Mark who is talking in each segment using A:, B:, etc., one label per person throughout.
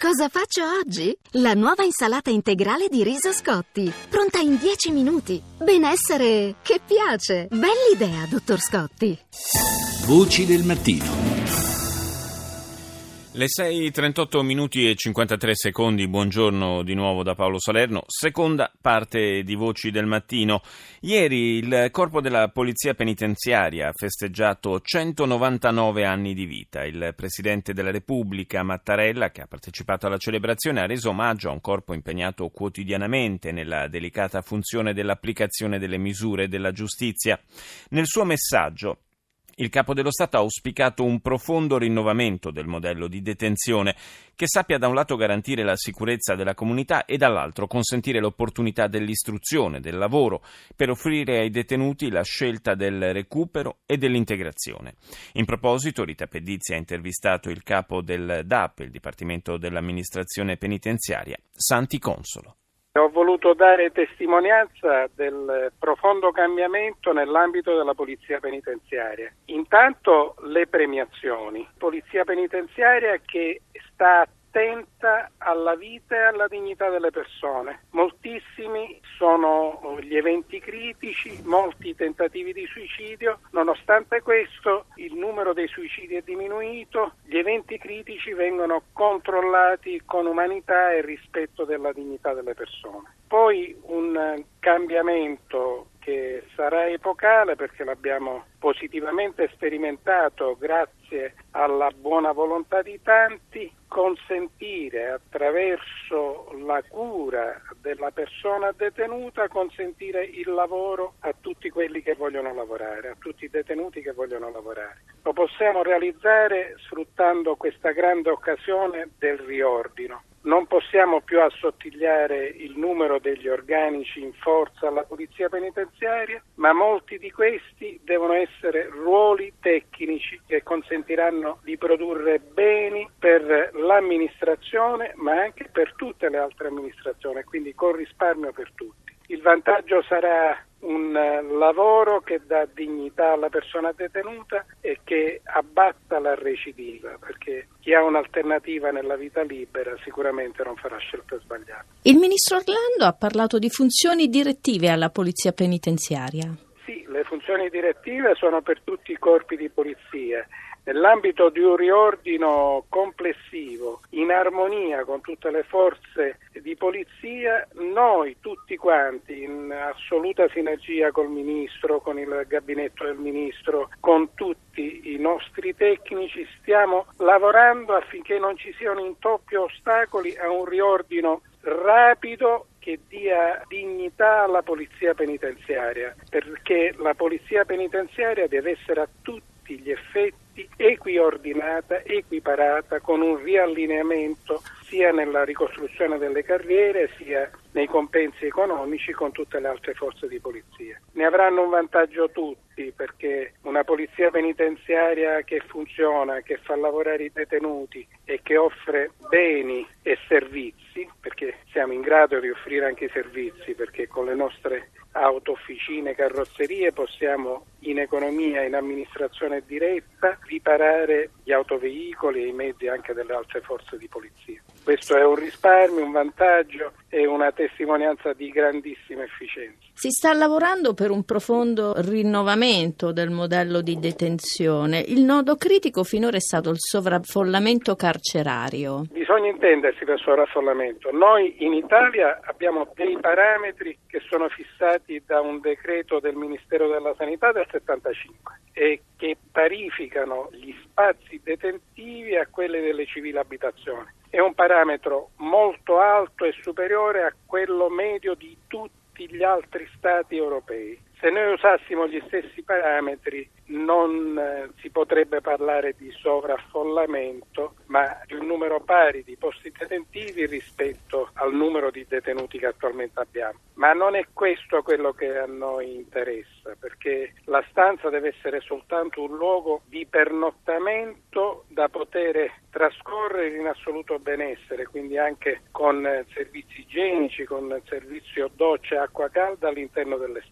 A: Cosa faccio oggi? La nuova insalata integrale di riso Scotti, pronta in 10 minuti. Benessere che piace. Bell'idea, dottor Scotti.
B: Voci del mattino.
C: Le 6:38 minuti e 53 secondi, buongiorno di nuovo da Paolo Salerno, seconda parte di Voci del Mattino. Ieri il Corpo della Polizia Penitenziaria ha festeggiato 199 anni di vita. Il Presidente della Repubblica, Mattarella, che ha partecipato alla celebrazione, ha reso omaggio a un corpo impegnato quotidianamente nella delicata funzione dell'applicazione delle misure della giustizia. Nel suo messaggio, il Capo dello Stato ha auspicato un profondo rinnovamento del modello di detenzione che sappia da un lato garantire la sicurezza della comunità e dall'altro consentire l'opportunità dell'istruzione, del lavoro, per offrire ai detenuti la scelta del recupero e dell'integrazione. In proposito, Rita Pedizzi ha intervistato il capo del DAP, il Dipartimento dell'Amministrazione Penitenziaria, Santi Consolo.
D: Ho voluto dare testimonianza del profondo cambiamento nell'ambito della polizia penitenziaria. Intanto le premiazioni. Polizia penitenziaria che sta attenta alla vita e alla dignità delle persone. Moltissimi sono gli eventi critici, molti tentativi di suicidio. Nonostante questo, il numero dei suicidi è diminuito, gli eventi critici vengono controllati con umanità e rispetto della dignità delle persone. Poi un cambiamento che sarà epocale perché l'abbiamo positivamente sperimentato grazie alla buona volontà di tanti, consentire attraverso la cura della persona detenuta, consentire il lavoro a tutti quelli che vogliono lavorare, a tutti i detenuti che vogliono lavorare. Lo possiamo realizzare sfruttando questa grande occasione del riordino. Non possiamo più assottigliare il numero degli organici in forza alla polizia penitenziaria, ma molti di questi devono essere ruoli tecnici che consentiranno di produrre beni per l'amministrazione, ma anche per tutte le altre amministrazioni, quindi con risparmio per tutti. Il vantaggio sarà un lavoro che dà dignità alla persona detenuta e che abbatta la recidiva, perché chi ha un'alternativa nella vita libera sicuramente non farà scelte sbagliate.
E: Il ministro Orlando ha parlato di funzioni direttive alla polizia penitenziaria.
D: Sì, le funzioni direttive sono per tutti i corpi di polizia. Nell'ambito di un riordino complessivo, in armonia con tutte le forze di polizia, noi tutti quanti, in assoluta sinergia col Ministro, con il Gabinetto del Ministro, con tutti i nostri tecnici, stiamo lavorando affinché non ci siano intoppi o ostacoli a un riordino rapido che dia dignità alla polizia penitenziaria, perché la polizia penitenziaria deve essere a tutti gli effetti equiordinata, equiparata, con un riallineamento sia nella ricostruzione delle carriere sia nei compensi economici con tutte le altre forze di polizia. Ne avranno un vantaggio tutti, perché una polizia penitenziaria che funziona, che fa lavorare i detenuti e che offre beni e servizi, perché siamo in grado di offrire anche i servizi, perché con le nostre auto, officine, carrozzerie possiamo in economia, in amministrazione diretta, riparare gli autoveicoli e i mezzi anche delle altre forze di polizia. Questo è un risparmio, un vantaggio e una testimonianza di grandissima efficienza.
E: Si sta lavorando per un profondo rinnovamento del modello di detenzione. Il nodo critico finora è stato il sovraffollamento carcerario.
D: Bisogna intendersi per sovraffollamento. Noi in Italia abbiamo dei parametri che sono fissati da un decreto del Ministero della Sanità del 75 e che parificano gli spazi detentivi a quelli delle civili abitazioni. È un parametro molto alto e superiore a quello medio di tutti gli altri Stati europei. Se noi usassimo gli stessi parametri non si potrebbe parlare di sovraffollamento, ma di un numero pari di posti detentivi rispetto al numero di detenuti che attualmente abbiamo. Ma non è questo quello che a noi interessa, perché la stanza deve essere soltanto un luogo di pernottamento da poter trascorrere in assoluto benessere, quindi anche con servizi igienici, con servizio doccia e acqua calda all'interno delle stanze.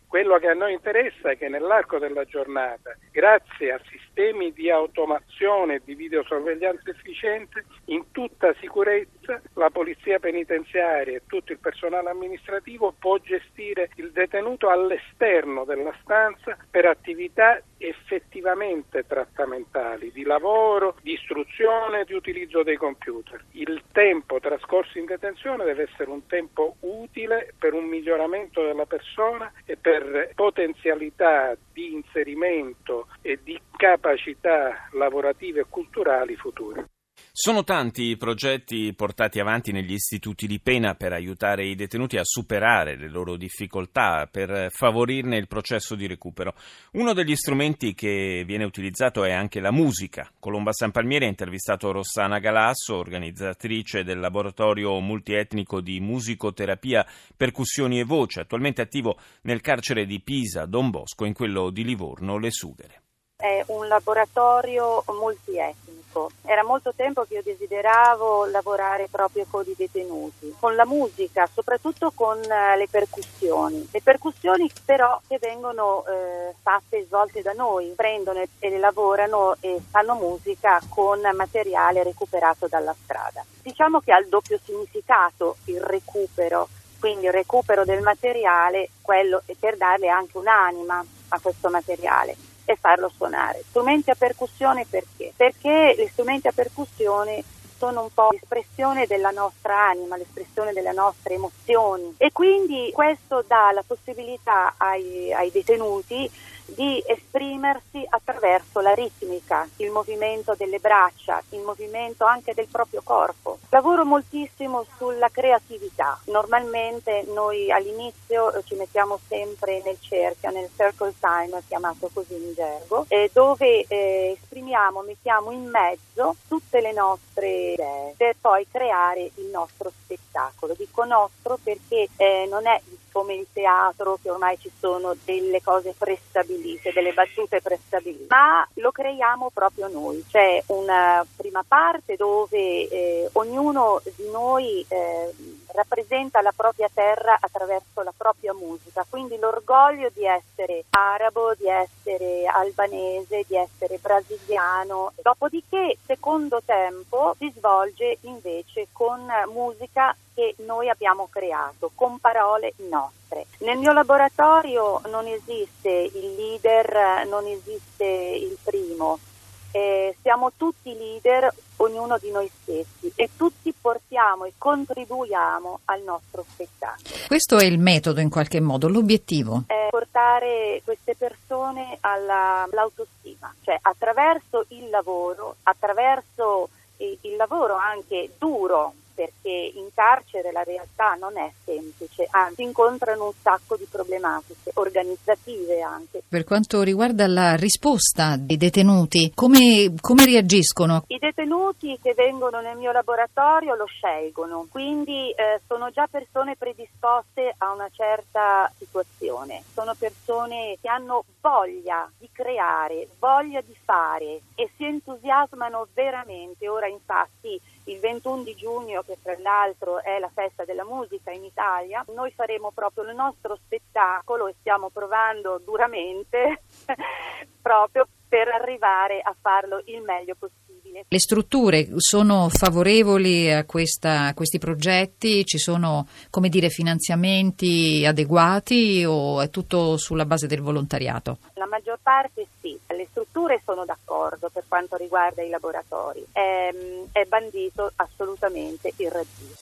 D: Quello che a noi interessa è che nell'arco della giornata, grazie a sistemi di automazione e di videosorveglianza efficiente, in tutta sicurezza la polizia penitenziaria e tutto il personale amministrativo può gestire il detenuto all'esterno della stanza per attività effettivamente trattamentali, di lavoro, di istruzione, di utilizzo dei computer. Il tempo trascorso in detenzione deve essere un tempo utile per un miglioramento della persona e per potenzialità di inserimento e di capacità lavorative e culturali future.
C: Sono tanti i progetti portati avanti negli istituti di pena per aiutare i detenuti a superare le loro difficoltà, per favorirne il processo di recupero. Uno degli strumenti che viene utilizzato è anche la musica. Colomba San Palmieri ha intervistato Rossana Galasso, organizzatrice del laboratorio multietnico di musicoterapia, percussioni e voce, attualmente attivo nel carcere di Pisa, Don Bosco, in quello di Livorno, Le Sughere.
F: È un laboratorio multietnico. Era molto tempo che io desideravo lavorare proprio con i detenuti, con la musica, soprattutto con le percussioni. Le percussioni però che vengono fatte e svolte da noi, prendono e lavorano e fanno musica con materiale recuperato dalla strada. Diciamo che ha il doppio significato il recupero, quindi il recupero del materiale, quello per darle anche un'anima a questo materiale e farlo suonare. Strumenti a percussione perché? Perché gli strumenti a percussione sono un po' l'espressione della nostra anima, l'espressione delle nostre emozioni e quindi questo dà la possibilità ai detenuti di esprimersi attraverso la ritmica, il movimento delle braccia, il movimento anche del proprio corpo. Lavoro moltissimo sulla creatività. Normalmente noi all'inizio ci mettiamo sempre nel cerchio, nel circle time, chiamato così in gergo, dove mettiamo in mezzo tutte le nostre idee per poi creare il nostro spettacolo. Dico nostro perché non è come il teatro che ormai ci sono delle cose prestabilite, delle battute prestabilite, ma lo creiamo proprio noi. C'è una prima parte dove ognuno di noi rappresenta la propria terra attraverso la propria musica, quindi l'orgoglio di essere arabo, di essere albanese, di essere brasiliano. Dopodiché, secondo tempo, si svolge invece con musica che noi abbiamo creato, con parole nostre. Nel mio laboratorio non esiste il leader, non esiste il primo. Siamo tutti leader, ognuno di noi stessi, e tutti portiamo e contribuiamo al nostro spettacolo.
G: Questo è il metodo in qualche modo, l'obiettivo?
F: È portare queste persone all'autostima, cioè attraverso il lavoro anche duro, perché in carcere la realtà non è semplice, anzi incontrano un sacco di problematiche organizzative anche.
G: Per quanto riguarda la risposta dei detenuti, come reagiscono?
F: I detenuti che vengono nel mio laboratorio lo scelgono, quindi sono già persone predisposte a una certa situazione, sono persone che hanno voglia di creare, voglia di fare e si entusiasmano veramente. Ora infatti il 21 di giugno, che tra l'altro è la festa della musica in Italia, noi faremo proprio il nostro spettacolo e stiamo provando duramente proprio per arrivare a farlo il meglio possibile.
G: Le strutture sono favorevoli a questi progetti? Ci sono, finanziamenti adeguati o è tutto sulla base del volontariato?
F: La maggior parte sì, le strutture sono d'accordo per quanto riguarda i laboratori. È bandito assolutamente il razzismo.